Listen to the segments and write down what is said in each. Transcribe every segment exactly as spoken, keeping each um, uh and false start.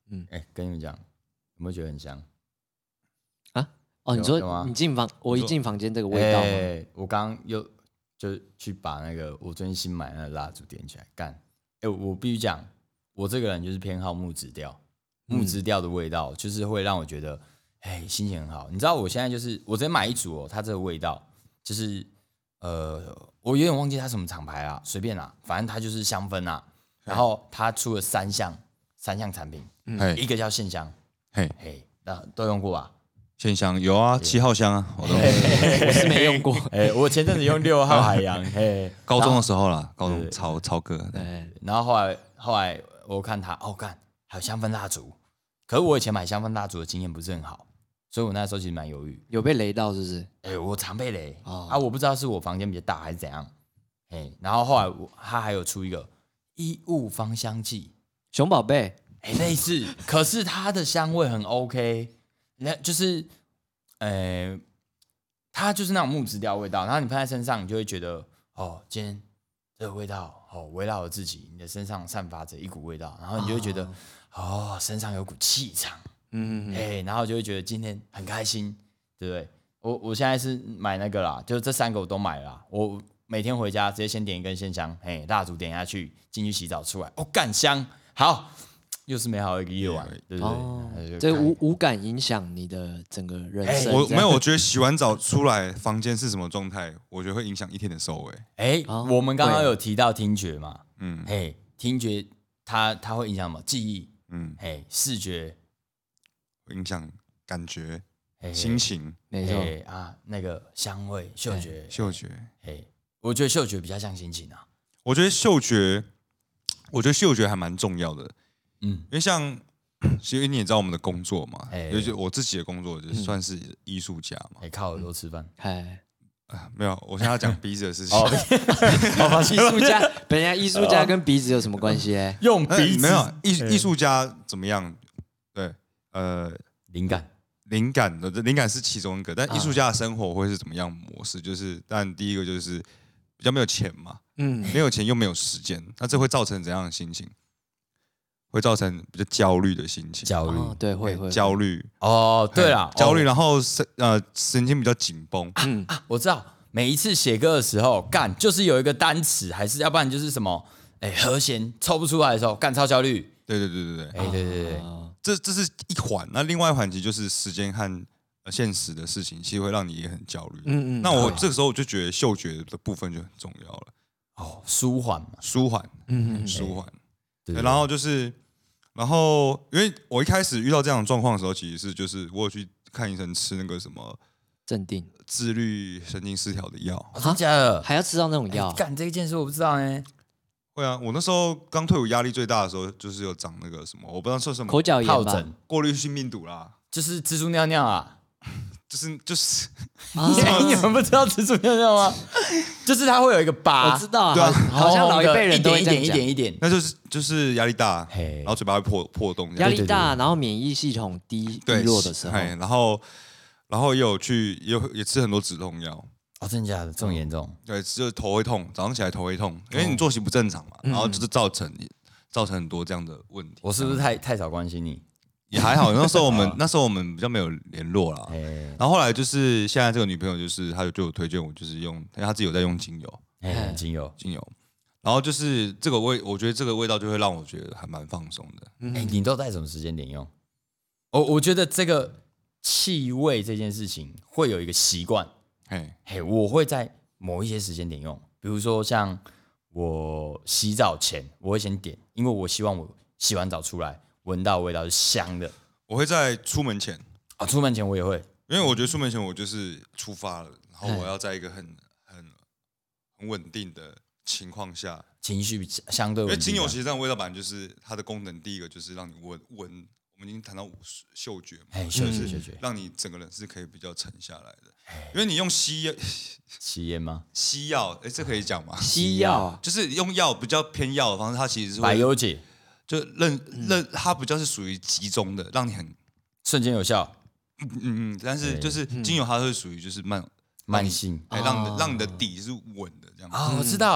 嗯， 哎、欸，跟你们讲，有没有觉得很香啊？哦，你说你进房，我一进房间这个味道吗？ 欸、我刚刚又就去把那个我最近新买那个蜡烛点起来干。哎、欸，我必须讲，我这个人就是偏好木质调，木质调的味道就是会让我觉得，哎，心情很好。你知道我现在就是我直接买一组哦，它这个味道就是呃，我有点忘记它什么厂牌啊，随便啦，反正它就是香氛啊。然后它出了三项三项产品，嗯、一个叫线香，嘿，嘿，那都用过吧？ 线香有啊，七号香啊，我都我是没用过。 哎，我前阵子用六号海洋，嘿， 高中的时候啦，高中超超哥。 对，然后后来后来我看它，哦，干还有香氛蜡烛，可是我以前买香氛蜡烛的经验不是很好，所以我那时候其实蛮犹豫。 有被雷到是不是？ 哎，我常被雷、哦、啊，我不知道是我房间比较大还是怎样。哎，然后后来我它还有出一个衣物芳香剂， 熊宝贝， 哎，类似，可是它的香味很 OK。那就是，呃，它就是那种木质调味道，然后你喷在身上，你就会觉得，哦，今天这个味道，哦，围绕着自己，你的身上散发着一股味道，然后你就会觉得，哦，哦身上有股气场，嗯，哎、欸，然后就会觉得今天很开心，对不对？我我现在是买那个啦，就是这三个我都买了啦，我每天回家直接先点一根线香，哎，蜡烛点下去，进去洗澡出来，哦，干香，好。又是美好的一个夜晚，对不对？哦、 这无无感影响你的整个人生。 我没有，我觉得洗完澡出来房间是什么状态，我觉得会影响一天的收尾。 哎、欸哦，我们刚刚有提到听觉嘛，嗯，嘿，听觉它它会影响什么？記憶，嗯，嘿，視覺會影響感覺、心情， 沒錯啊，那個香味、嗅覺、 嗅覺， 嘿，我覺得嗅覺比較像心情啊。 我覺得嗅覺，我覺得嗅覺還蠻重要的。嗯，因為像，其實你也知道我們的工作嘛，尤其我自己的工作就算是藝術家嘛， 哎，靠耳朵吃飯， 哎， 沒有，我現在要講鼻子的事情。 哦， 藝術家，本來藝術家跟鼻子有什麼關係？ 用鼻子沒有藝藝術家怎麼樣？對，呃， 靈感， 靈感的靈感是其中一個，但藝術家的生活會是怎麼樣模式？就是，但第一個就是比較沒有錢嘛，嗯，沒有錢又沒有時間，那這會造成怎樣的心情？會造成比較焦慮的心情， 焦慮、 哦，對，會會焦慮哦，對啦， 焦慮，然後神呃神經比較緊繃。 嗯啊，我知道，每一次寫歌的時候，幹就是有一個單詞，還是要不然就是什麼，哎，和弦抽不出來的時候，幹超焦慮。 對對對對對， 哎，對對對， 哦、這這是一環，那另外一環其實就是時間和現實的事情，其實會讓你也很焦慮。嗯嗯，那我這個時候我就覺得嗅覺的部分就很重要了。 哦，舒緩嘛， 舒緩，嗯嗯，舒緩。對，然後就是。然後，因為我一開始遇到這樣的狀況的時候，其實是就是我有去看醫生吃那個什麼鎮定、 自律神經失調的藥。 哦、真的假的？ 還要吃到那種藥？ 幹、欸、這件事我不知道呢。 會啊，我那時候剛退伍，壓力最大的時候，就是有長那個什麼，我不知道說什麼口角炎吧，疱疹、 過濾性病毒啦， 就是蜘蛛尿尿啊。 就是就是， 啊、你們不知道蜘蛛尿尿嗎？就是它會有一個疤， 我知道， 對啊， 好像老一輩人都會這樣講， 一點一點一點， 那就是就是壓力大，然後嘴巴會破破洞， 壓力大，然後免疫系統低低落的時候， 然後然後也有去也有也吃很多止痛藥。 哦，真的假的？這麼嚴重？ 嗯、對，就是頭會痛，早上起來頭會痛，因為你作息不正常嘛，然後就是造成造成很多這樣的問題。 我是不是太太少關心你？ 也還好，那時候我們那時候我們比較沒有聯絡啦。然後後來就是現在這個女朋友，就是她就有推薦我，就是用，因為她自己有在用精油， 精油精油。然後就是這個味，我覺得這個味道就會讓我覺得還蠻放鬆的。 哎、欸，你都在什麼時間點用？我我覺得這個氣味這件事情會有一個習慣，嘿，嘿，我會在某一些時間點用，比如說像我洗澡前，我會先點，因為我希望我洗完澡出來。聞到的味道是香的， 我會在出門前啊、哦，出門前我也會， 因為我覺得出門前我就是出發了，然後我要在一個很很很穩定的情況下， 情緒相對穩定。 因為精油其實這樣的味道本來就是它的功能，第一個就是讓你聞聞，我們已經談到嗅覺嘛， 哎，嗅覺嗅覺， 讓你整個人是可以比較沉下來的。因為你用西藥， 吸煙嗎？ 西藥，哎，這可以講嗎？ 西藥就是用藥比較偏藥的方式，它其實是百憂解。 就認認它比較是屬於集中的，讓你很瞬間有效。 嗯嗯嗯，但是就是精油它會屬於就是慢慢性， 哎，讓你的讓你的底是穩的這樣。 啊，我知道啊，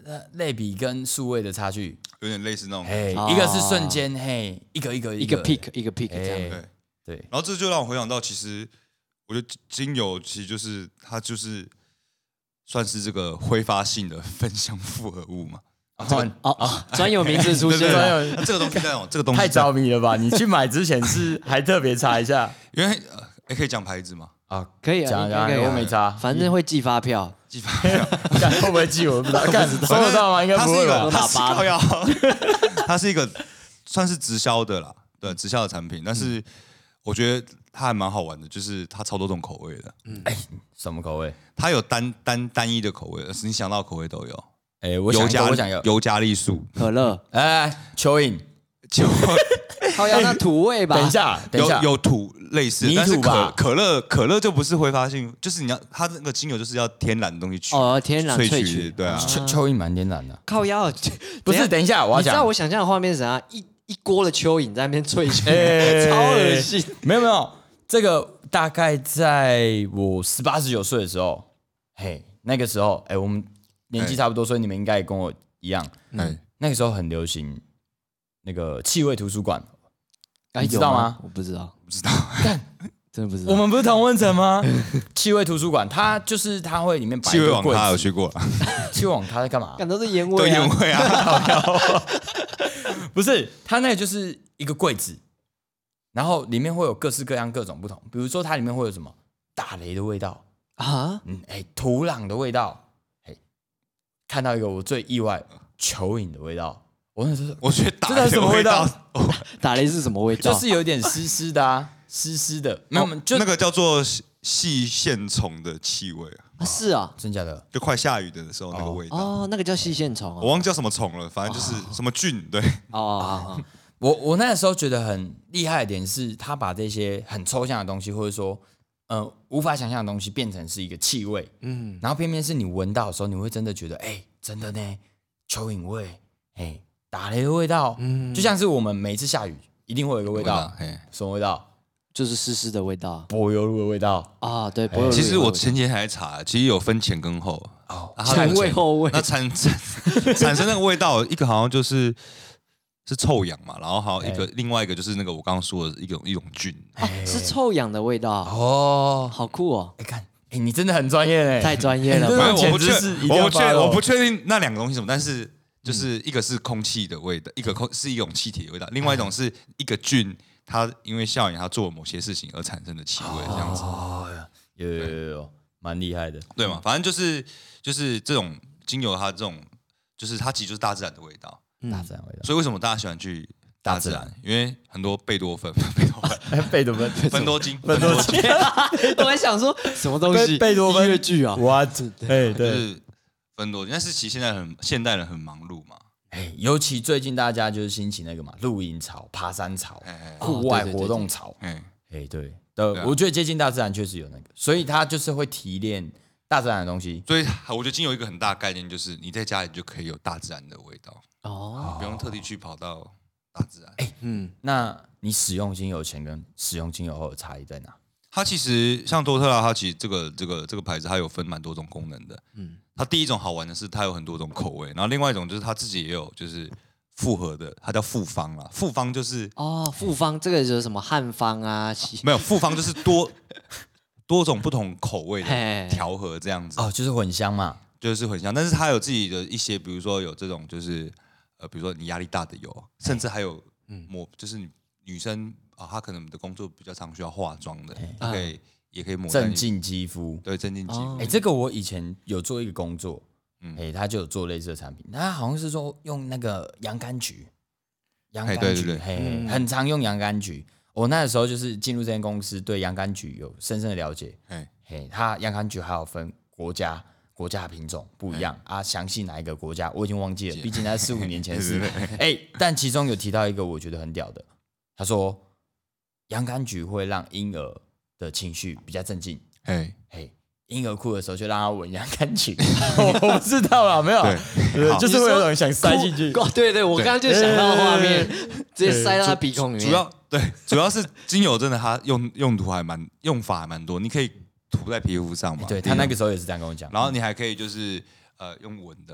类比跟数位的差距， 有点类似那种， 嘿，一个是瞬间，嘿，一个一个一个 peak 一个 peak 这样， 对对。 然后这就让我回想到，其实我觉得精油其实就是它就是算是这个挥发性的芬香复合物嘛。 哦哦，专有名词出现了， 这个东西在这个东西太着迷了吧？你去买之前是还特别查一下， 因为呃，可以讲牌子吗？ 啊， 可以讲讲， 我没查， 反正会寄发票， 寄发票， 会不会寄我不知道，看收得到吗？应该不会吧？ 它是一个，它是一个算是直销的啦，对，直销的产品，但是我觉得它还蛮好玩的，就是它超多种口味的。 嗯，哎，什么口味？ 它有单单单一的口味，你想到的口味都有。 哎，我想加我想要尤加利树、 可乐， 哎，蚯蚓， 蚯， 好像那土味吧？ 等一下，等一下， 有有土类似， 泥土吧？ 可乐可乐就不是挥发性，就是你要它那个精油就是要天然的东西去哦，天然萃取，对啊， 蚯蚯蚓蛮天然的。 靠腰， 不是？等一下，我要讲， 你知道我想象的画面是啥？一一锅的蚯蚓在那边萃取，超恶心。 没有没有，这个大概在我十八十九岁的时候，嘿，那个时候，哎，我们年纪差不多，所以你们应该也跟我一样。嗯，那个时候很流行那个气味图书馆，你知道吗？ 我不知道， 不知道， 真的不知道。 我们不是同温层吗？气味图书馆，它就是它会里面摆气味网咖有去过， 气味网咖在干嘛？ 感都是烟味， 对烟味啊。 不是，它那个就是一个柜子，然后里面会有各式各样各种不同，比如说它里面会有什么打雷的味道啊，嗯，哎，土壤的味道，哎，看到一个我最意外蚯蚓的味道，我那时候我觉得打雷什么味道？ 打雷是什么味道？ 就是有点湿湿的啊，湿湿的，没有，就那个叫做细线虫的气味啊，是啊， 真假的， 就快下雨的时候那个味道哦，那个叫细线虫， 我忘记叫什么虫了，反正就是什么菌，对， 哦， 我我那时候觉得很厉害的点是，他把这些很抽象的东西，或者说呃无法想象的东西，变成是一个气味，嗯，然后偏偏是你闻到的时候，你会真的觉得，哎，真的呢，蚯蚓味，哎，打雷的味道，嗯，就像是我们每次下雨一定会有一个味道，什么味道？ 就是湿湿的味道， 柏油路的味道啊，对，柏油路。 其实我前几天还查，其实有分前跟后， 哦，前味后味， 那产产产生那个味道，一个好像就是是臭氧嘛，然后还有一个另外一个就是那个我刚刚说的一种一种菌， 是臭氧的味道哦， 好酷哦！ 哎，看，哎，你真的很专业哎， 太专业了， 我不确我不确我不确定那两个东西什么，但是就是一个是空气的味道，一个空是一种气体的味道，另外一种是一个菌。它因为效应，它做了某些事情而产生的气味，这样子， 哦，有有有有，蛮厉害的， 对嘛？反正就是就是这种精油，它这种就是它其实就是大自然的味道， 大自然味道。 所以为什么大家喜欢去大自然？因为很多贝多芬、贝多芬、 贝多芬、 芬多精、 芬多精。 我还想说什么东西？ 贝多芬音乐剧啊？ 哇， 对，就是芬多精。但是其实现在很现代人很忙碌嘛。 哎，尤其最近大家就是兴起那个嘛，露营潮、爬山潮、户外活动潮。哎，哎，对的，我觉得接近大自然确实有那个，所以它就是会提炼大自然的东西。 所以我觉得精油一个很大的概念就是你在家里就可以有大自然的味道哦，不用特地去跑到大自然。 哎，嗯，那你使用精油前跟使用精油后的差异在哪？ 它其实像多特拉，它其实这个这个这个牌子，它有分蛮多种功能的。嗯，它第一种好玩的是它有很多种口味，然后另外一种就是它自己也有就是复合的，它叫复方啦。复方就是哦，复方这个就是什么汉方啊？ 没有，复方就是多多种不同口味的调和这样子。 哦，就是混香嘛， 就是混香，但是它有自己的一些，比如说有这种就是呃，比如说你压力大的油，甚至还有抹，就是你女生。啊，她可能的工作比较常需要化妆的，她可以也可以抹镇静肌肤， 对，镇静肌肤。 哎，这个我以前有做一个工作，哎，他就有做类似的产品，他好像是说用那个洋甘菊，洋甘菊，嘿，很常用洋甘菊。我那个时候就是进入这间公司，对洋甘菊有深深的了解。嘿，它洋甘菊还有分国家，国家品种不一样啊，详细哪一个国家我已经忘记了，毕竟那四五年前的事。哎，但其中有提到一个我觉得很屌的，他说。洋甘菊会让婴儿的情绪比较镇静。嘿，嘿，婴儿哭的时候就让他闻洋甘菊。我不知道啦，没有，对，就是会有种想塞进去。 对对，我刚刚就想到画面，直接塞到他鼻孔里面。 主要对，主要是精油真的，它用用途还蛮用法还蛮多，你可以涂在皮肤上嘛。 对他那个时候也是这样跟我讲。 然后你还可以就是呃用闻的嘛，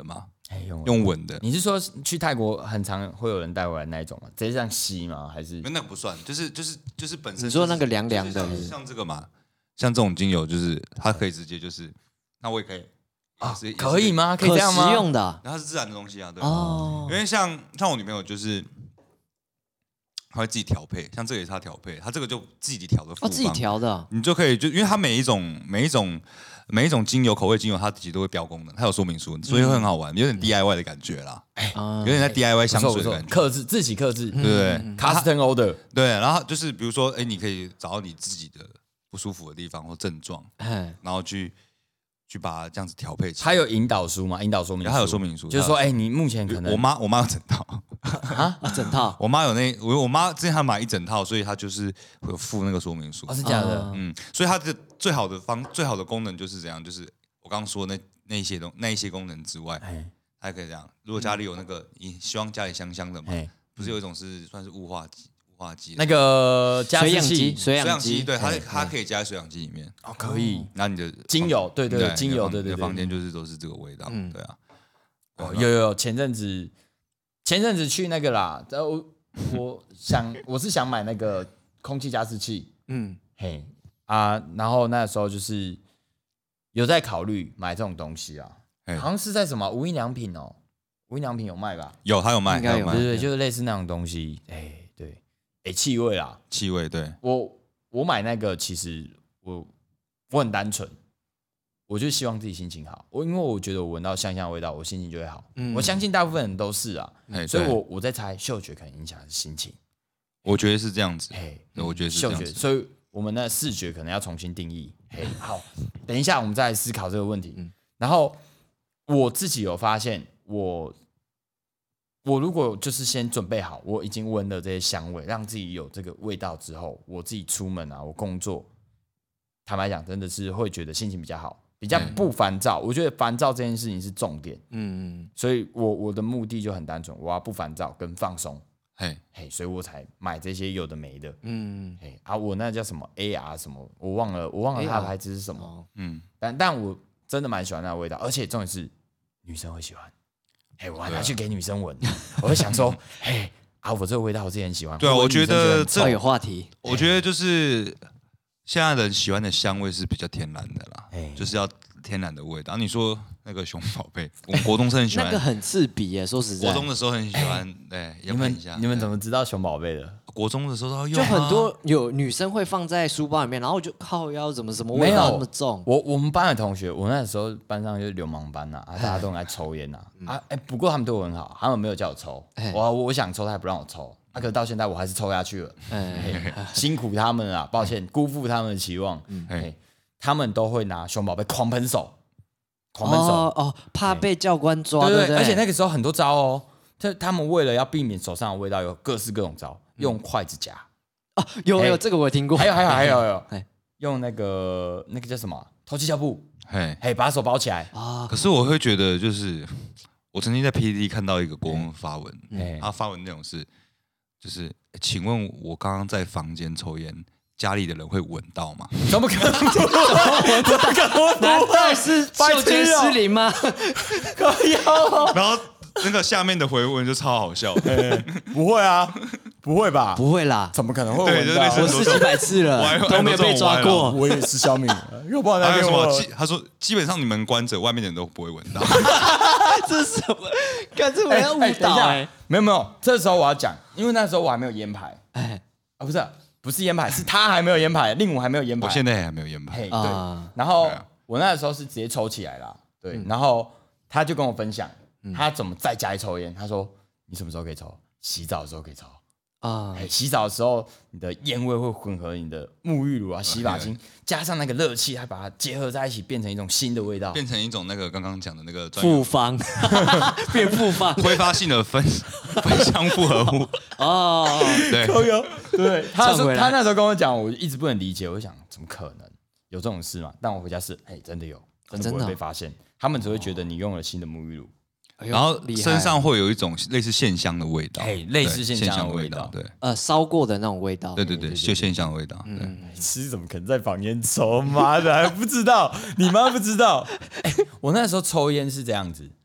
用闻的。 你是说去泰国很常会有人带回来那一种吗？直接这样吸吗？还是？ 那个不算，就是就是就是本身。 你说那个凉凉的， 像, 像这个嘛，像这种精油，就是它可以直接就是，那我也可以啊，可以吗？可以这样吗？ 可食用的， 然后它是自然的东西啊，对。哦。因为像像我女朋友就是。他会自己调配，像这个也是他调配，他这个就自己调的复方， 哦，自己调的， 你就可以就因为它每一种每一种每一种精油口味精油，它自己都会标功能，它有说明书，所以会很好玩，有点 D I Y 的感觉啦，有点在 D I Y 香水的感觉， 克制自己克制， 对不对 ？Custom order， 对，然后就是比如说，哎，你可以找到你自己的不舒服的地方或症状，然后去。去把它这样子调配起来。 它有引导书吗？引导说明书。 它有说明书， 就是说，哎、欸，你目前可能我妈我妈有整套啊，整套。 我妈有那我我妈之前她买一整套，所以她就是会有附那个说明书。 哦，是假的。 嗯，所以它的最好的方最好的功能就是这样，就是我刚刚说那那一些东那一些功能之外，它还可以这样。如果家里有那个，你希望家里香香的嘛，不是有一种是算是雾化机。化机那个水氧机，水氧机，对它它可以加在水氧机里面哦，可以。 那你的精油，对对精油，对对对， 房间就是都是这个味道，对啊。 哦，有有，前阵子前阵子去那个啦，我我想我是想买那个空气加湿器，嗯，嘿啊，然后那时候就是有在考虑买这种东西啊，好像是在什么无印良品哦，无印良品有卖吧？ 有，它有卖， 应该有， 对对，就是类似那种东西，哎。欸、气味啦， 气味对我我买那个其实我我很单纯，我就希望自己心情好。我因为我觉得我闻到香香的味道，我心情就会好。嗯、我相信大部分人都是啊，欸、所以我我在猜嗅觉可能影响是心情。 我觉得是这样子， 哎、 欸，我觉得是这样子。 嗅觉，所以我们的视觉可能要重新定义。嘿，好，等一下我们再来思考这个问题。嗯、然后我自己有发现我。我如果就是先准备好，我已经闻了这些香味，让自己有这个味道之后，我自己出门啊，我工作，坦白讲，真的是会觉得心情比较好，比较不烦躁。我觉得烦躁这件事情是重点，嗯嗯，所以我我的目的就很单纯，我要不烦躁跟放松，嘿嘿，所以我才买这些有的没的，嗯嘿啊，我那叫什么 A R 什么，我忘了，我忘了它的牌子是什么，嗯，但但我真的蛮喜欢那个味道，而且重点是女生会喜欢。哎，我还拿去给女生闻，我会想说，嘿，啊，我这个味道我自己很喜欢。 对啊，我觉得这有话题。 我觉得就是现在人喜欢的香味是比较天然的啦，就是要天然的味道。你说那个熊宝贝，我国中生很喜欢， 那个很刺鼻耶。说实在， 国中的时候很喜欢。对， 你们你们怎么知道熊宝贝的？ 国中的时候都要用， 就很多有女生会放在书包里面，然后我就靠腰怎么什么味道那么重？ 我我们班的同学，我那时候班上就是流氓班呐，啊，大家都很爱抽烟呐，啊，哎，不过他们对我很好，他们没有叫我抽，我我想抽，他也不让我抽，啊，可是到现在我还是抽下去了，辛苦他们啊，抱歉，辜负他们的期望，他们都会拿熊宝贝狂喷手，狂喷手哦，怕被教官抓，对对，而且那个时候很多招哦。他他们为了要避免手上的味道，有各式各种招，用筷子夹。 哦，有有这个我听过。 还有还有还有还有，用那个那个叫什么透气胶布，嘿，嘿，把手包起来啊。可是我会觉得，就是我曾经在 P T T 看到一个国文发文，他发文内容是，就是请问我刚刚在房间抽烟，家里的人会闻到吗？ 怎么可能？怎么闻不到？ 难道是嗅觉失灵吗？ 可以哦。 然后。那个下面的回文就超好笑， 欸、不会啊，不会吧？ 不会啦， 怎么可能会闻到？ 我试几百次了，都没有被抓过。 我也是小敏，要不然还有什么？他说基本上你们关着，外面的人都不会闻到。 这是什么？看这我要误导哎、欸！ 没有没有，这时候我要讲，因为那时候我还没有烟牌，哎啊不是不是烟牌，是他还没有烟牌，令我还没有烟牌， 我现在还没有烟牌。 对，然后我那时候是直接抽起来了，对，然后他就跟我分享。他怎么在家里抽烟？他说：“你什么时候可以抽？洗澡的时候可以抽啊！洗澡的时候，你的烟味会混合你的沐浴乳啊、洗发精，加上那个热气，还把它结合在一起，变成一种新的味道， 变成一种那个刚刚讲的那个复方，变复方， 挥发性的分分香复合物哦。 对， 都有。对，他说他那时候跟我讲，我一直不能理解，我就想怎么可能有这种事嘛？但我回家试，哎，真的有，真的不会被发现。他们只会觉得你用了新的沐浴乳。” 然后身上会有一种类似线香的味道， 哎，类似线香的味道， 对， 呃，烧过的那种味道， 对对对，就线香的味道。嗯， 吃怎么可能在房间抽？妈的，还不知道，你妈不知道。哎，我那时候抽烟是这样子，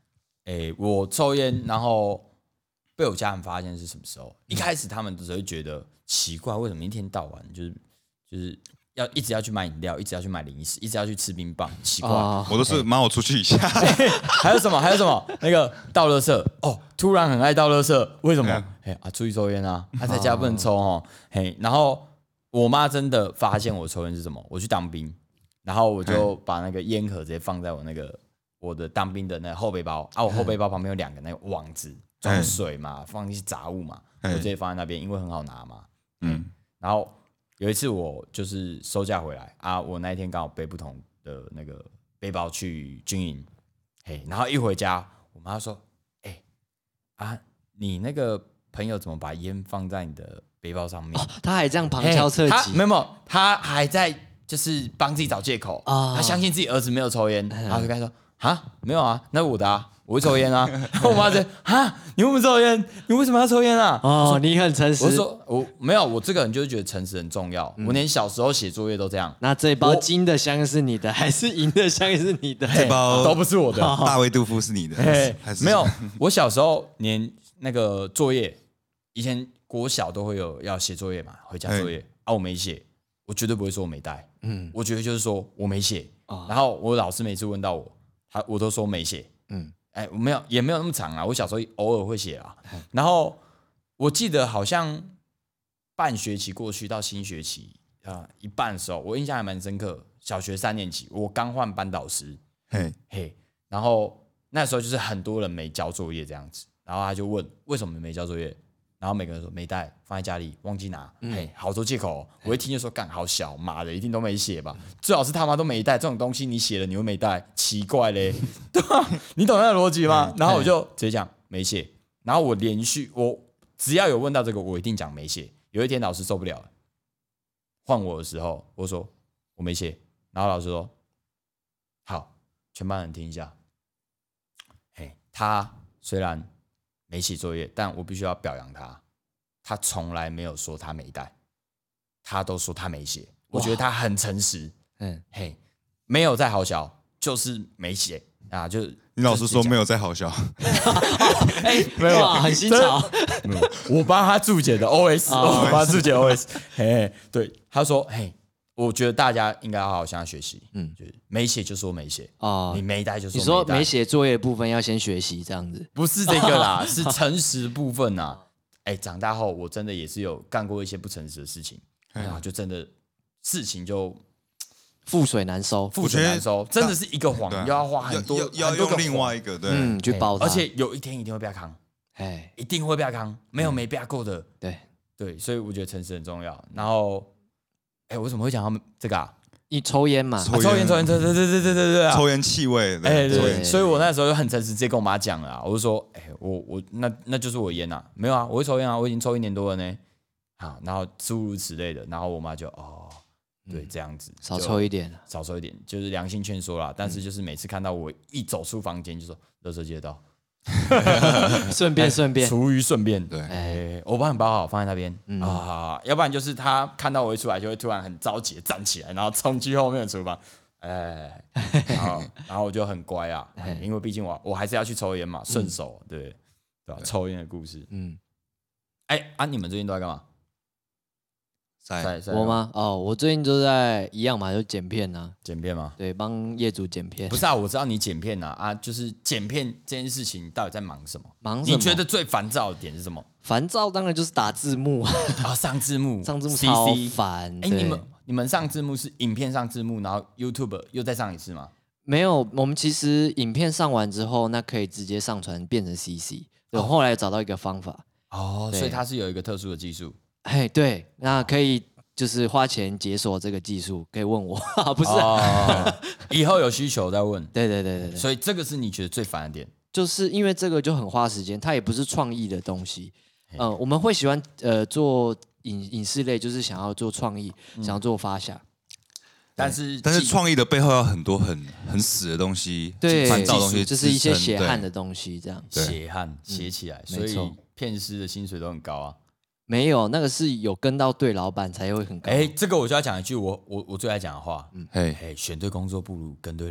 哎，我抽烟，然后被我家人发现是什么时候？一开始他们只会觉得奇怪，为什么一天到晚就是就是要一直要去买饮料，一直要去买零食，一直要去吃冰棒，奇怪。哦、 我都是妈，我出去一下。 还有什么？还有什么？那个倒垃圾哦，突然很爱倒垃圾，为什么？哎啊，出去抽烟啊，他、啊、在家不能抽哦。嘿，然后我妈真的发现我抽烟是什么？我去当兵，然后我就把那个烟盒直接放在我那个我的当兵的那个后背包啊，我后背包旁边有两个那个网子装水嘛，放一些杂物嘛，我直接放在那边，因为很好拿嘛。嗯，然后。有一次我就是收假回来啊，我那一天刚好背不同的那个背包去军营，嘿，然后一回家，我妈说：“哎、欸、啊，你那个朋友怎么把烟放在你的背包上面？”哦、 他还这样旁敲侧击， 没有没有，他还在就是帮自己找借口啊，哦、他相信自己儿子没有抽烟，然后就跟他说：“啊，没有啊，那我的啊。”我会抽烟啊，然后我妈就啊，你为什么抽烟？你为什么要抽烟啊？ 哦，你很诚实。 我说我没有，我这个人就是觉得诚实很重要。嗯、我连小时候写作业都这样。 那这包金的香是你的，还是银的香是你的？ 这包都不是我的。 大卫杜夫是你的，还是没有？我小时候连那个作业，以前国小都会有要写作业嘛，回家作业啊，我没写，我绝对不会说我没带。嗯，我绝对就是说我没写。哦、然后我老师每次问到我，他我都说没写。嗯。哎，没有，也没有那么长啊。我小时候偶尔会写啊。然后我记得好像半学期过去到新学期啊、呃、一半的时候，我印象还蛮深刻。小学三年级，我刚换班导师，嘿嘿，然后那时候就是很多人没交作业这样子，然后他就问为什么没交作业，然后每个人说没带，放在家里忘记拿，嗯、嘿，好多借口、哦。我一听就说干好小，妈的，一定都没写吧？最好是他妈都没带，这种东西你写了你又没带，奇怪嘞，对吧？你懂那个逻辑吗？然后我就直接讲没写，然后我连续我只要有问到这个，我一定讲没写。有一天老师受不了了，换我的时候，我说我没写，然后老师说好，全班人听一下，嘿，他虽然没写作业，但我必须要表扬他。他从来没有说他没带，他都说他没写。我觉得他很诚实。嗯，嘿，没有在好小，就是没写啊。就你老师说没有在好小， 哎、欸，没有，很新潮。 我帮他注解的 O S， 我帮他注解 O S。嘿，对，他说，嘿，我觉得大家应该好好向他学习。嗯，就是没写就说没写哦，你没带就说没带。 你说没写作业的部分要先学习，这样子不是这个啦，是诚实部分呐。哎，长大后我真的也是有干过一些不诚实的事情，然后就真的事情就覆水难收， 覆水难收，真的是一个谎，又要花很多， 要用另外一个对， 嗯，去包它， 而且有一天一定会被他扛，哎，一定会被他扛，没有没被他过的， 对对，所以我觉得诚实很重要。然后，哎，我怎么会讲他们这个啊？ 你抽烟嘛？ 抽烟，抽烟，对对对对对对对， 抽烟气味， 哎，对，所以我那时候就很诚实，直接跟我妈讲了啊，我就说，哎，我我那那就是我烟呐，没有啊，我会抽烟啊，我已经抽一年多了呢，好，然后诸如此类的，然后我妈就哦，对，这样子， 少抽一点， 少抽一点，就是良心劝说啦。但是就是每次看到我一走出房间，就说垃圾街道， 顺便顺便， 厨余顺便， 对， 哎，我帮你包好，放在那边啊，要不然就是他看到我一出来，就会突然很着急的站起来，然后冲去后面的厨房。哎，然后然后我就很乖啊，因为毕竟我我还是要去抽烟嘛，顺手，对对吧？抽烟的故事，嗯，哎啊，你们最近都在干嘛？ 在我吗？哦，我最近都在一样嘛，就剪片啊， 剪片吗？ 对，帮业主剪片。 不是啊，我知道你剪片啊，啊，就是剪片这件事情到底在忙什么？ 忙什么？ 你觉得最烦躁的点是什么？ 烦躁当然就是打字幕啊，上字幕， 上字幕超烦。 哎，你们你们上字幕是影片上字幕，然后 YouTube 又再上一次吗？ 没有，我们其实影片上完之后，那可以直接上传变成 C C。我后来找到一个方法。 哦，所以它是有一个特殊的技术。 哎，对，那可以就是花钱解锁这个技术，可以问我，不是、啊哦？以后有需求再问。 对对对 对, 對， 所以这个是你觉得最烦的点， 就是因为这个就很花时间，它也不是创意的东西。嗯、呃，我们会喜欢呃做影影视类，就是想要做创意，嗯、想要做发想。 但是但是创意的背后要很多很很死的东西， 对， 烦躁的东西， 就是一些血汗的东西，这样血汗写起来，所以片师的薪水都很高啊。 没有，那个是有跟到对老板才会很高。 哎，这个我就要讲一句我我我最爱讲的话，嗯，嘿嘿，选对工作不如跟对人。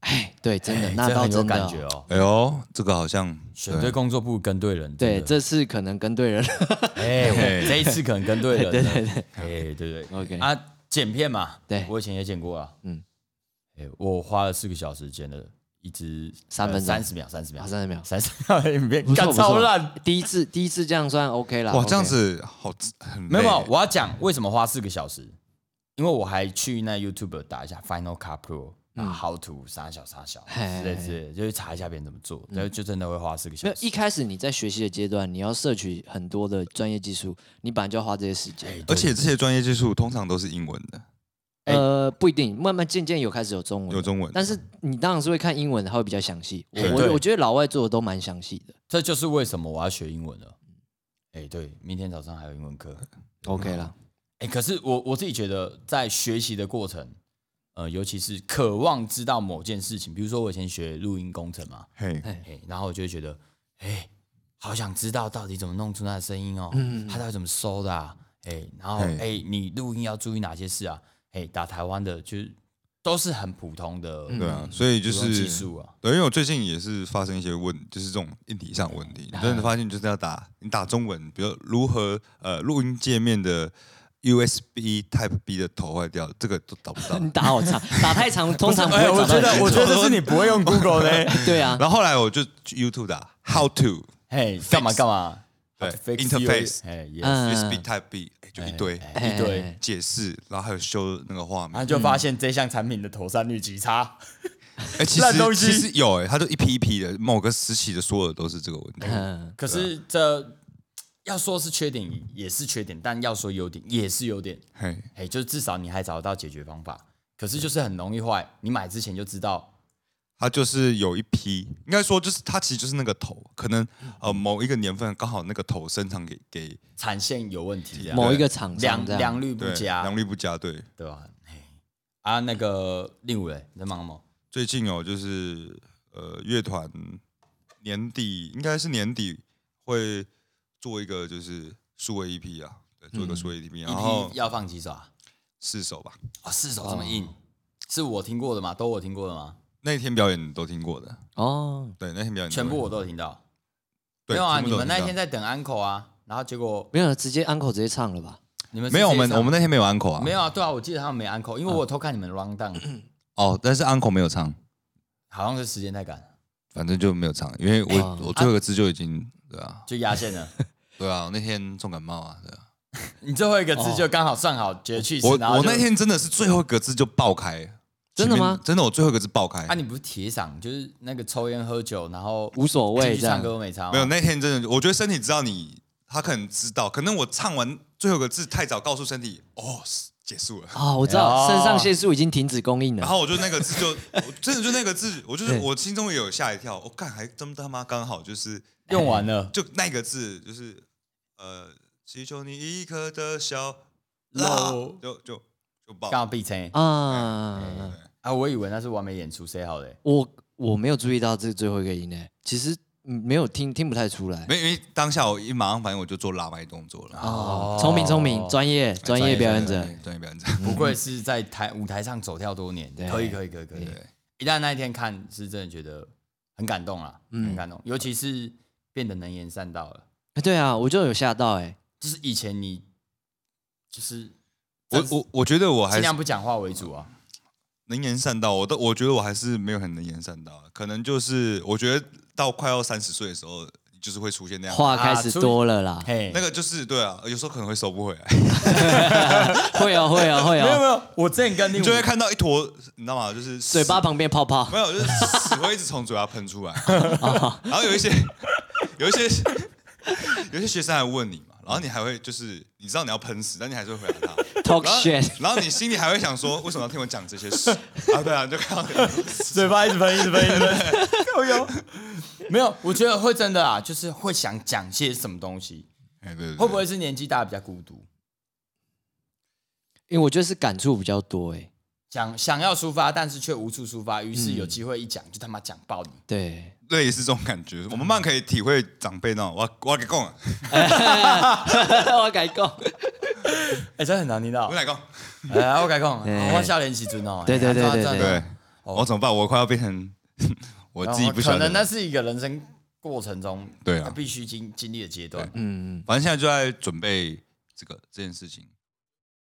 哎，对，真的， 哎那倒这很有真的感觉哦。 哎呦，这个好像选对工作不如跟对人。 对，这次可能跟对人了。 哎，我这一次可能跟对人了。 对对对， 哎，对对 OK 啊，剪片嘛， 对我以前也剪过啊。 嗯， 哎，我花了四个小时剪了一支三分钟三十秒，三十秒， 三十秒， 三十秒的影片，干不错不错超烂。 第一次第一次这样算 OK 啦。 哇， OK 这样子好很累没有没有，我要讲为什么花四个小时，因为我还去那 YouTube 打一下 Final Cut Pro，然后 How to 傻小傻小嘿之类之类的，就去查一下别人怎么做，然后就真的会花四个小时。 没有一开始你在学习的阶段，你要摄取很多的专业技术，你本来就要花这些时间。 哎而且这些专业技术通常都是英文的， 哎呃，不一定，慢慢渐渐有开始有中文， 有中文， 但是你当然是会看英文，它会比较详细。我对我我觉得老外做的都蛮详细的。 这就是为什么我要学英文了。哎，对，明天早上还有英文课。 OK 啦， 哎，可是我我自己觉得，在学习的过程，呃，尤其是渴望知道某件事情，比如说我以前学录音工程嘛， 嘿， 哎，然后我就会觉得，哎，好想知道到底怎么弄出那个声音哦， 嗯它到底怎么收的啊？哎，然后嘿哎，你录音要注意哪些事啊？哎，打台湾的就是都是很普通的， 对啊，所以就普通技是术啊。 对，因为我最近也是发生一些问，就是这种硬体上的问题，你真的发现就是要打你打中文，比如如何呃录音界面的 U S B Type B 的头坏掉，这个都找不到。 你打好长，打太长通常不会哎， 找到我觉得你我觉得是你不会用 Google 的。 对啊， 然后后来我就去 YouTube 打 How to 嘿，干嘛干嘛？ 对 Fix interface your- 哎，yes， 嗯 U S B Type B，哎就一堆哎一堆， 解释，然后还有修那个画然后面。 就发现这项产品的妥善率极差。 哎，其烂东西实其实有哎，它就一批一批的，某个时期的所有的都是这个问题。 嗯， 可是这要说是缺点也是缺点，但要说优点也是优点。 嘿， 哎，就是至少你还找得到解决方法。可是就是很容易坏，你买之前就知道。 它就是有一批，应该说就是它其实就是那个头，可能呃某一个年份刚好那个头生产给给产线有问题， 某一个厂商良这样良率不对佳， 良率不佳，对。 对吧？嘿啊，那个令武嘞，你在忙什么？ 最近哦，就是呃乐团年底应该是年底会做一个就是数位 E P 啊，对，做一个数位 E P，、然后 E P 要放几首啊？ 四首吧。 啊，四首这么硬，是我听过的吗？都我听过的吗？ 那天表演都听过的， 哦， 对，那天表演都全部我都有听到。 对没有啊，你们那全部都有听到天在等 uncle 啊，然后结果没有直接 uncle 直接唱了吧？ 你们是没有，我们直接唱我们那天没有 uncle 啊， 没有啊？对啊，我记得他们没 uncle，因为我有偷看你们的 round down， 哦，但是 uncle 没有唱， 好像是时间太赶， 反正就没有唱，因为我、 哦我最后一个字就已经对啊， 就压线了。 对啊，我那天重感冒啊，对啊， 你最后一个字就刚好算好，觉得去世， 我然后就我那天真的是最后一个字就爆开， 真的吗前面真的，我最后一个字爆开。 啊，你不是铁嗓，就是那个抽烟喝酒，然后无所谓继续唱这样歌都没差吗。 没有，那天真的，我觉得身体知道你，他可能知道，可能我唱完最后一个字太早，告诉身体，哦，结束了。 哦，我知道哦肾上腺素已经停止供应了。 然后我就那个字就，我真的就那个字，我就是对我心中也有吓一跳，我、哦、干还真他妈刚好就是用完了， 就那个字就是呃，祈求你一颗的笑，啊漏就就就爆刚好闭声啊， 啊！我以为那是完美演出，say 好的。 我我没有注意到这最后一个音诶，其实嗯没有听听不太出来。 没，因为当下我一马上反应我就做拉麦动作了， 哦，聪明聪明，专业专业表演者对，专业表演者， 不愧是在台舞台上走跳多年， 对可以可以可以可以。一旦那一天看，是真的觉得很感动啦， 嗯很感动，尤其是变得能言善道了。 哎对啊，我就有吓到哎。 就是以前你就是我我我觉得我还尽是量不讲话为主啊。 能言善道，我都我觉得我还是没有很能言善道，可能就是我觉得到快要三十岁的时候，就是会出现那样， 话开始多了啦， 嘿， 那个就是对啊，有时候可能会收不回来， 会哦会哦会哦， 没有没有，我之前跟另你就会看到一坨，你知道吗？就是屎嘴巴旁边泡泡没有，就是屎会一直从嘴巴喷出来，然后有一些有一些有一些学生还问你嘛，然后你还会就是你知道你要喷屎，但你还是会回答他。 talk 然后 shit， 然后你心里还会想说，为什么要听我讲这些事啊？对啊，你就看到嘴巴一直喷，一直喷，一直喷。有有没有？我觉得会真的啊，就是会想讲些什么东西。 哎，对对， 会不会是年纪大比较孤独， 因为我觉得是感触比较多哎。 想想要抒发，但是却无处抒发，于是有机会一讲就他妈讲爆你。 对， 类似这种感觉？我们慢慢可以体会长辈那种，我我给讲， 我改讲， 哎，这很难听到我。来讲， 哎，我改讲， 对我少年时阵哦， 对对对哎对对对， 我、哦、怎么办？我快要变成我自己不喜欢的人。 可能那是一个人生过程中对啊必须经经历的阶段。 嗯， 反正现在就在准备这个这件事情。